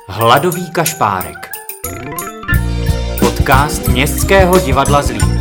Hladový kašpárek. Podcast Městského divadla Zlín.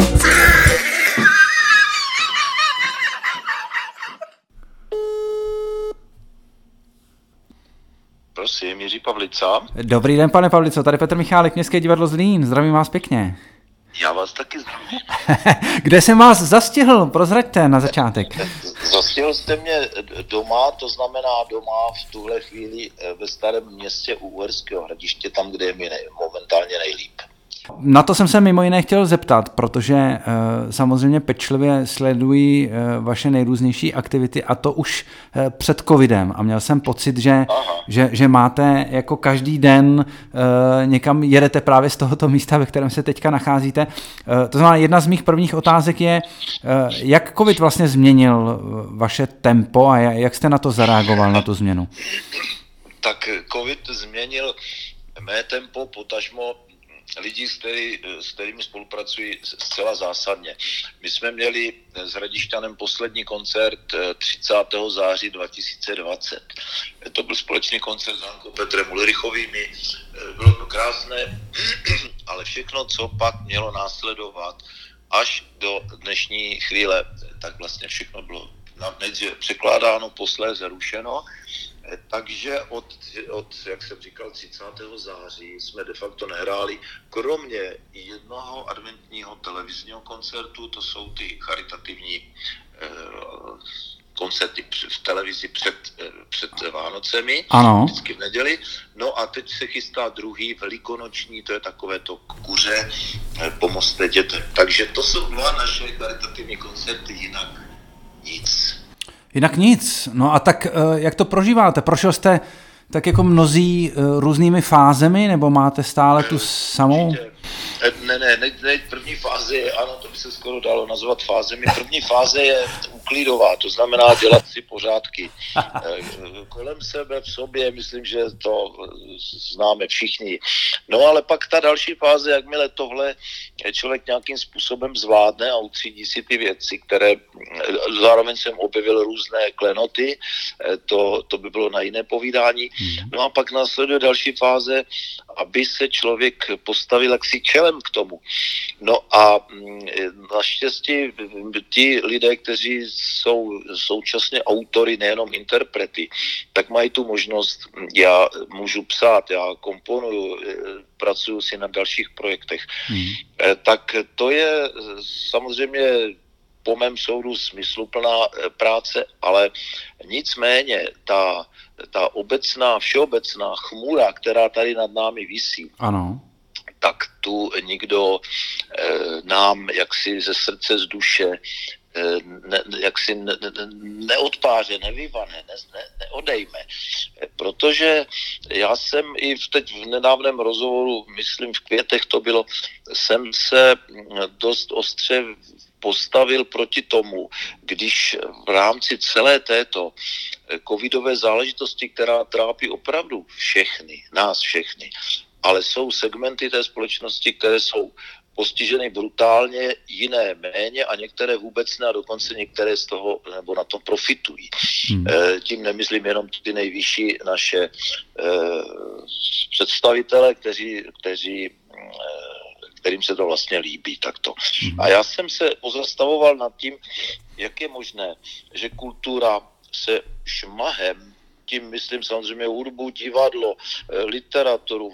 Prosím, Jiří Pavlica. Dobrý den, pane Pavlico, tady Petr Michálek, Městské divadlo Zlín, zdravím vás pěkně. Já vás taky zdravím. Kde jsem vás zastihl? Prozraďte na začátek. Zastihl jste mě doma, to znamená doma v tuhle chvíli ve Starém Městě u Uherského Hradiště, tam, kde je mi momentálně nejlíp. Na to jsem se mimo jiné chtěl zeptat, protože samozřejmě pečlivě sleduji vaše nejrůznější aktivity a to už před covidem a měl jsem pocit, že máte jako každý den někam jedete právě z tohoto místa, ve kterém se teďka nacházíte. To znamená, jedna z mých prvních otázek je, jak covid vlastně změnil vaše tempo a jak jste na to zareagoval, na tu změnu? Tak covid změnil mé tempo, potažmo lidí, s kterými spolupracují zcela zásadně. My jsme měli s Hradišťanem poslední koncert 30. září 2020. To byl společný koncert s Hankou Petrem Ulrichovým. Bylo to krásné, ale všechno, co pak mělo následovat až do dnešní chvíle, tak vlastně všechno bylo nejdříve překládáno, posléze rušeno. Takže od, jak jsem říkal, 30. září jsme de facto nehráli, kromě jednoho adventního televizního koncertu, to jsou ty charitativní koncerty v televizi před Vánocemi, ano. Vždycky v neděli. No a teď se chystá druhý velikonoční, to je takové to kuře, pomozte dětem. Takže to jsou dva naše charitativní koncerty, jinak nic. Jinak nic. No a tak jak to prožíváte? Prošel jste tak jako mnozí různými fázemi, nebo máte stále tu samou? Ne, první fáze je, ano, to by se skoro dalo nazvat fázemi. První fáze je uklidová, to znamená dělat si pořádky. Kolem sebe, v sobě, myslím, že to známe všichni. No ale pak ta další fáze, jakmile tohle člověk nějakým způsobem zvládne a utřídí si ty věci, které zároveň jsem objevil různé klenoty, to by bylo na jiné povídání. No a pak následuje další fáze, aby se člověk postavil jaksi čelem k tomu. No a naštěstí ti lidé, kteří jsou současně autory, nejenom interprety, tak mají tu možnost, já můžu psát, já komponuju, pracuju si na dalších projektech. Tak to je samozřejmě po mém soudu smysluplná práce, ale nicméně ta všeobecná chmura, která tady nad námi visí, ano. Tak tu nikdo nám jaksi ze srdce, z duše jaksi neodpáře, nevyvane, neodejme. Protože já jsem i teď v nedávném rozhovoru, myslím v Květech to bylo, jsem se dost ostře postavil proti tomu, když v rámci celé této covidové záležitosti, která trápí opravdu nás všechny, ale jsou segmenty té společnosti, které jsou postiženy brutálně, jiné méně a některé vůbec ne a dokonce některé z toho nebo na tom profitují. Tím nemyslím jenom ty nejvyšší naše představitele, kterým se to vlastně líbí takto. A já jsem se pozastavoval nad tím, jak je možné, že kultura se šmahem, tím myslím samozřejmě hudbu, divadlo, literaturu,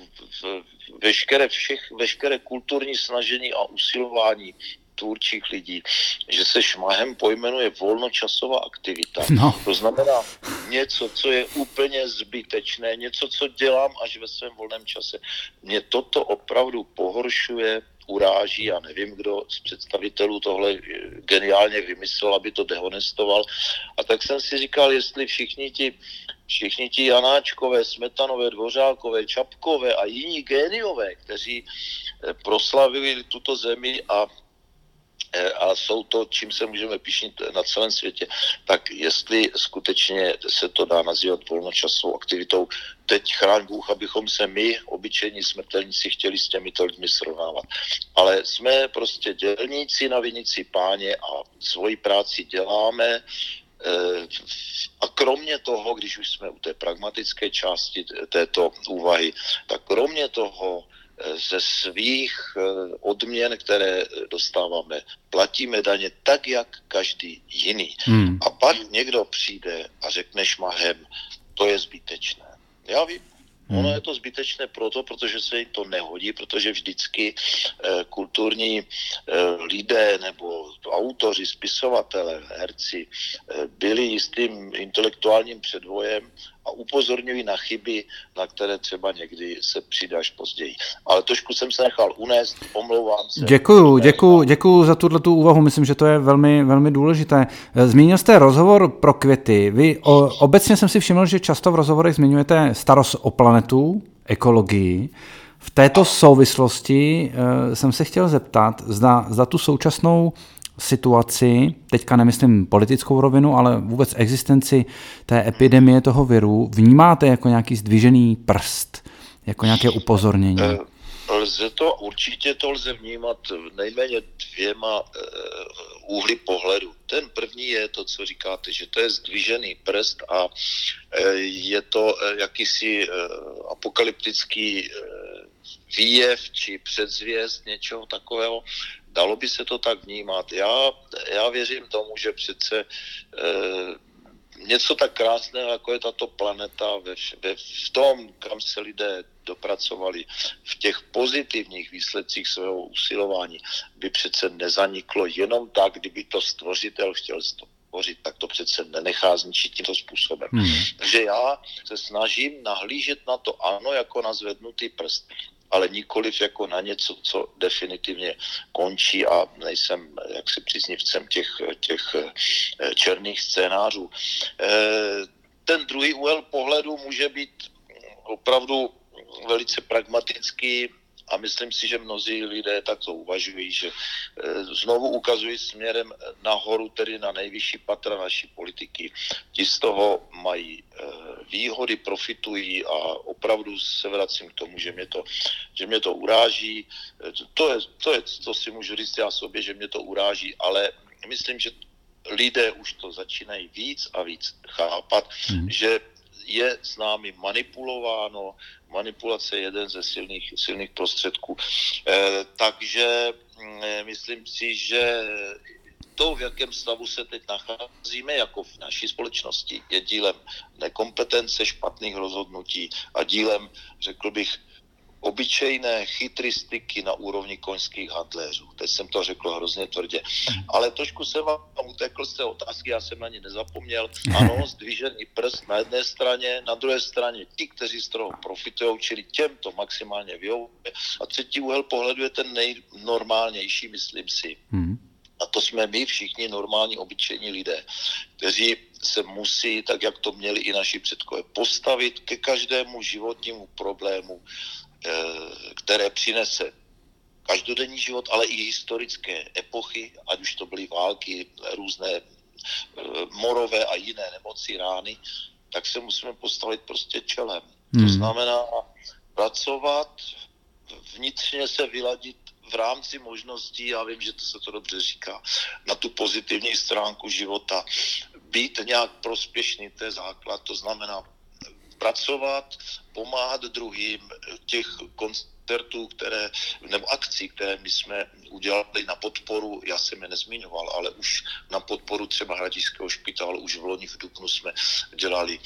veškeré kulturní snažení a usilování tvůrčích lidí, že se šmahem pojmenuje volnočasová aktivita. No. To znamená něco, co je úplně zbytečné, něco, co dělám až ve svém volném čase. Mě toto opravdu pohoršuje, uráží, já nevím, kdo z představitelů tohle geniálně vymyslel, aby to dehonestoval. A tak jsem si říkal, jestli všichni ti Janáčkové, Smetanové, Dvořákové, Čapkové a jiní géniové, kteří proslavili tuto zemi a jsou to, čím se můžeme pyšnit na celém světě, tak jestli skutečně se to dá nazývat volnočasovou aktivitou, teď chráň Bůh, abychom se my, obyčejní smrtelníci, chtěli s těmito lidmi srovnávat. Ale jsme prostě dělníci na vinici Páně a svoji práci děláme, A kromě toho, když už jsme u té pragmatické části této úvahy, tak kromě toho ze svých odměn, které dostáváme, platíme daně tak, jak každý jiný. A pak někdo přijde a řekne šmahem, to je zbytečné. Já vím, ono je to zbytečné protože se jim to nehodí, protože vždycky kulturní lidé nebo autoři, spisovatelé, herci byli jistým intelektuálním předvojem a upozorňují na chyby, na které třeba někdy se přidáš později. Ale trošku jsem se nechal unést, omlouvám se. Děkuju za tuhletu úvahu, myslím, že to je velmi, velmi důležité. Zmínil jste rozhovor pro Květy. Vy obecně jsem si všiml, že často v rozhovorech zmiňujete starost o planetu, ekologii. V této souvislosti jsem se chtěl zeptat, zda tu současnou situaci, teďka nemyslím politickou rovinu, ale vůbec existenci té epidemie toho viru, vnímáte jako nějaký zdvižený prst, jako nějaké upozornění? Určitě to lze vnímat nejméně dvěma úhly pohledu. Ten první je to, co říkáte, že to je zdvižený prst a je to jakýsi apokalyptický výjev či předzvěst něčeho takového. Dalo by se to tak vnímat. Já věřím tomu, že přece něco tak krásného, jako je tato planeta, v tom, kam se lidé dopracovali, v těch pozitivních výsledcích svého usilování, by přece nezaniklo jenom tak, kdyby to stvořitel chtěl stvořit, tak to přece nenechá zničit tímto způsobem. Takže já se snažím nahlížet na to ano jako na zvednutý prst, ale nikoliv jako na něco, co definitivně končí a nejsem jaksi příznivcem těch černých scénářů. Ten druhý úhel pohledu může být opravdu velice pragmatický a myslím si, že mnozí lidé takto uvažují, že znovu ukazují směrem nahoru, tedy na nejvyšší patra naší politiky. Ti z toho mají výhody, profitují a opravdu se vracím k tomu, že mě to uráží. To si můžu říct já sobě, že mě to uráží, ale myslím, že lidé už to začínají víc a víc chápat, že je s námi manipulováno. Manipulace je jeden ze silných prostředků. Takže myslím si, že to, v jakém stavu se teď nacházíme, jako v naší společnosti, je dílem nekompetence, špatných rozhodnutí a dílem, řekl bych, obyčejné chytristiky na úrovni koňských handléřů. Teď jsem to řekl hrozně tvrdě. Ale trošku jsem vám utekl z té otázky, já jsem na ně nezapomněl. Ano, zdvižený prst na jedné straně, na druhé straně ti, kteří z toho profitují, čili těm to maximálně vyhovuje. A třetí úhel pohledu je ten nejnormálnější, myslím si. A to jsme my všichni normální, obyčejní lidé, kteří se musí, tak jak to měli i naši předkové, postavit ke každému životnímu problému, které přinese každodenní život, ale i historické epochy, ať už to byly války, různé morové a jiné nemoci, rány, tak se musíme postavit prostě čelem. To znamená pracovat, vnitřně se vyladit v rámci možností, já vím, že se to dobře říká, na tu pozitivní stránku života, být nějak prospěšný, to je základ, to znamená pracovat, pomáhat druhým, těch koncertů, nebo akcí, které my jsme udělali na podporu, já jsem je nezmiňoval, ale už na podporu třeba Hradišťského špitálu, už v loni v dubnu jsme dělali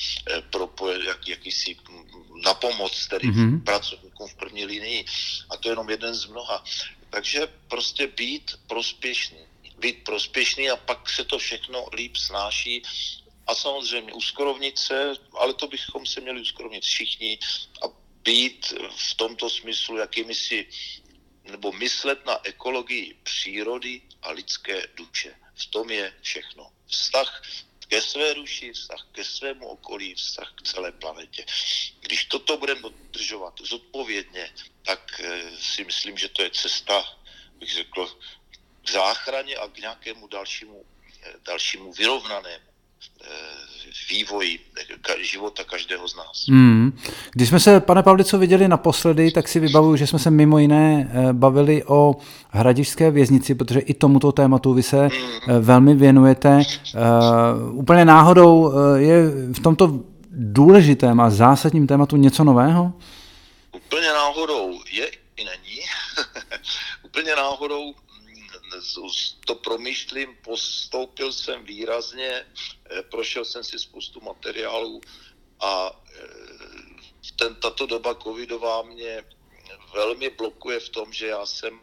jakýsi na pomoc tedy pracovníkům v první linii a to je jenom jeden z mnoha. Takže prostě být prospěšný a pak se to všechno líp snáší. A samozřejmě uskrovnit se, ale to bychom se měli uskrovnit všichni a být v tomto smyslu nebo myslet na ekologii přírody a lidské duše. V tom je všechno. Vztah ke své duši, vztah ke svému okolí, vztah k celé planetě. Když toto budeme dodržovat zodpovědně, tak si myslím, že to je cesta, bych řekl, k záchraně a k nějakému dalšímu vyrovnanému vývoji života každého z nás. Když jsme se, pane Pavlico, viděli naposledy, tak si vybavuju, že jsme se mimo jiné bavili o hradišťské věznici, protože i tomuto tématu vy se velmi věnujete. Úplně náhodou je v tomto důležitém a zásadním tématu něco nového? Úplně náhodou je i není. Úplně náhodou to promýšlím, postoupil jsem výrazně, prošel jsem si spoustu materiálů a tato doba covidová mě velmi blokuje v tom, že já jsem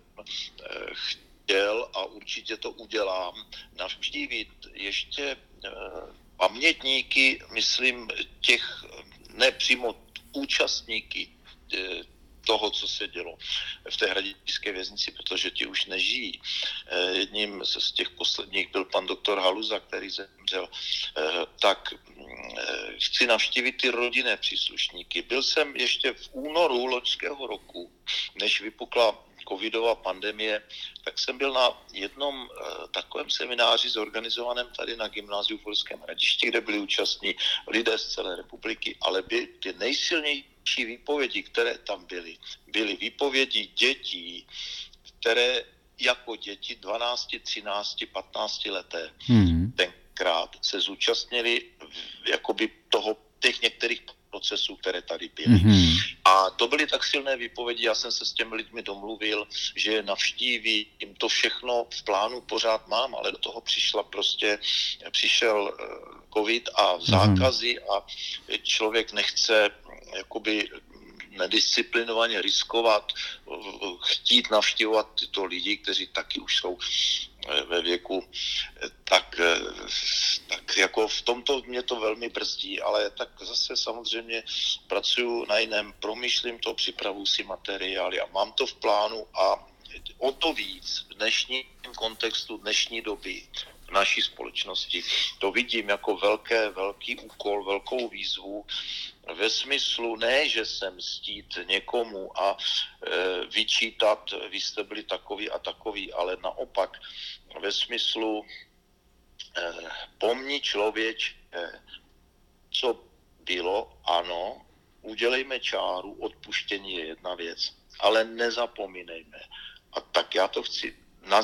chtěl a určitě to udělám, navštívit ještě pamětníky, myslím těch nepřímo účastníky toho, co se dělo v té hradišťské věznici, protože ti už nežijí. Jedním z těch posledních byl pan doktor Haluza, který zemřel. Tak chci navštívit ty rodinné příslušníky. Byl jsem ještě v únoru loňského roku, než vypukla covidová pandemie, tak jsem byl na jednom takovém semináři zorganizovaném tady na gymnáziu v Uherském Hradišti, kde byli účastní lidé z celé republiky, ale byly ty nejsilnější výpovědi, které tam byly výpovědi dětí, které jako děti 12, 13, 15 leté tenkrát se zúčastnili jakoby těch některých procesů, které tady byly. A to byly tak silné výpovědi, já jsem se s těmi lidmi domluvil, že navštíví, jim to všechno v plánu pořád mám, ale do toho přišel covid a zákazy a člověk nechce jakoby nedisciplinovaně riskovat, chtít navštěvovat tyto lidi, kteří taky už jsou ve věku, tak jako v tomto mě to velmi brzdí, ale tak zase samozřejmě pracuji na jiném, promýšlím to, připravuji si materiály a mám to v plánu a o to víc v dnešním kontextu dnešní doby v naší společnosti to vidím jako velký úkol, velkou výzvu ve smyslu ne, že se mstít někomu a vyčítat, vy jste byli takový a takový, ale naopak ve smyslu pomni člověče, co bylo, ano, udělejme čáru, odpuštění je jedna věc, ale nezapomínejme. A tak já to chci,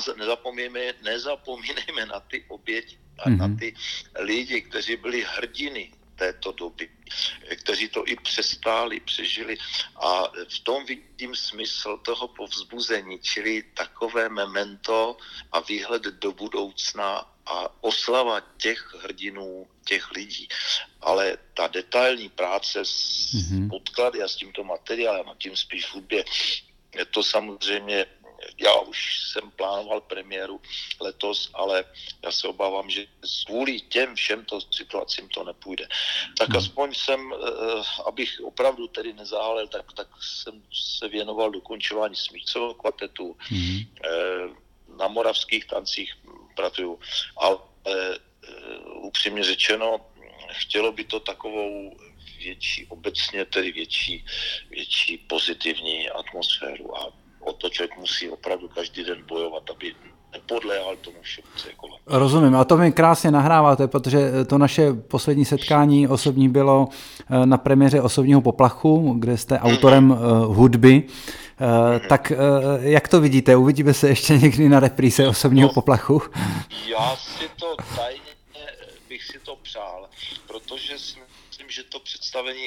nezapomínejme na ty oběti a na ty lidi, kteří byli hrdiny této doby, kteří to i přestáli, přežili a v tom vidím smysl toho povzbuzení, čili takové memento a výhled do budoucna a oslava těch hrdinů, těch lidí. Ale ta detailní práce s podklady a s tímto materiálem a tím spíš v hudbě, to samozřejmě já už jsem plánoval premiéru letos, ale já se obávám, že kvůli těm všemto situacím to nepůjde. Tak aspoň jsem, abych opravdu tedy nezahálel, tak jsem se věnoval dokončování Smícového kvartetu. Na Moravských tancích pracuju, ale upřímně řečeno, chtělo by to takovou větší, obecně tedy větší pozitivní atmosféru a o to člověk musí opravdu každý den bojovat, aby nepodléhal tomu všemu, co je kolem. Rozumím, a to mi krásně nahráváte, protože to naše poslední setkání osobní bylo na premiéře Osobního poplachu, kde jste autorem hudby. Tak jak to vidíte? Uvidíme se ještě někdy na repríze Osobního poplachu? Já si to tajně bych si to přál, protože myslím, že to představení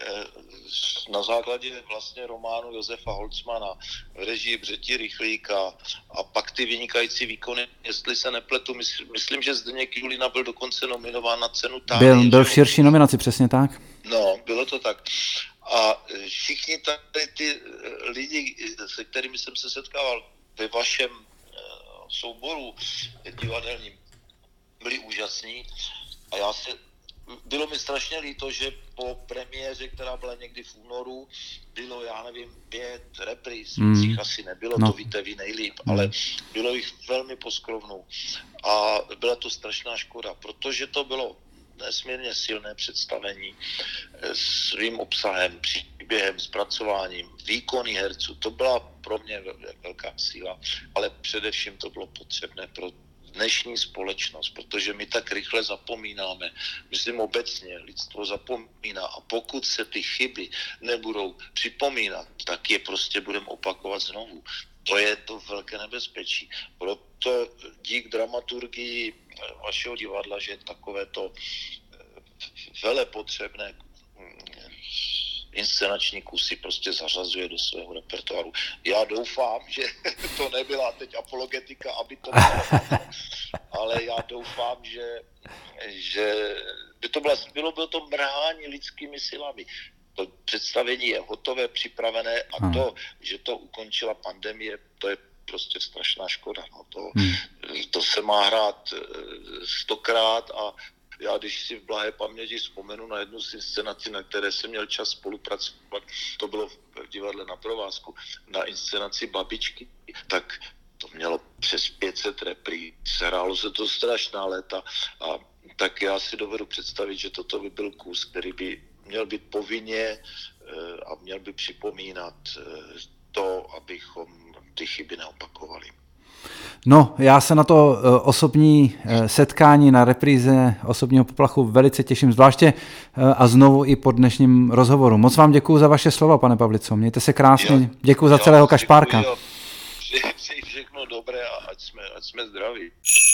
na základě vlastně románu Josefa Holcmana v režii Břeti Rychlíka a pak ty vynikající výkony, jestli se nepletu, myslím, že Zdeněk Julina byl dokonce nominován na cenu Tálie. Byl v širší nominaci, přesně tak. No, bylo to tak. A všichni tady ty lidi, se kterými jsem se setkával ve vašem souboru divadelním, byli úžasní a bylo mi strašně líto, že po premiéře, která byla někdy v únoru, bylo, 5 repríz, jich asi nebylo, to víte vy nejlíp, ale bylo jich velmi poskrovnou. A byla to strašná škoda, protože to bylo nesmírně silné představení svým obsahem, příběhem, zpracováním, výkony herců. To byla pro mě velká síla, ale především to bylo potřebné pro dnešní společnost, protože my tak rychle zapomínáme. Myslím obecně, lidstvo zapomíná a pokud se ty chyby nebudou připomínat, tak je prostě budeme opakovat znovu. To je to velké nebezpečí. Proto dík dramaturgii vašeho divadla, že takovéto velepotřebné inscenační kusy prostě zařazuje do svého repertoáru. Já doufám, že to nebyla teď apologetika, aby to bylo, ale já doufám, že by to bylo to mrhání lidskými silami. To představení je hotové, připravené a to, že to ukončila pandemie, to je prostě strašná škoda. No. To se má hrát 100krát a já, když si v blahé paměti vzpomenu na jednu z inscenací, na které jsem měl čas spolupracovat, to bylo v divadle Na provázku, na inscenaci Babičky, tak to mělo přes 500 repríz, hrálo se to strašná léta a tak já si dovedu představit, že toto by byl kus, který by měl být povinně a měl by připomínat to, abychom ty chyby neopakovali. No, já se na to osobní setkání, na repríze Osobního poplachu velice těším, zvláště a znovu i po dnešním rozhovoru. Moc vám děkuju za vaše slova, pane Pavlico, mějte se krásně, děkuju za celého Kašpárka. Přeji všechno dobré a ať jsme zdraví.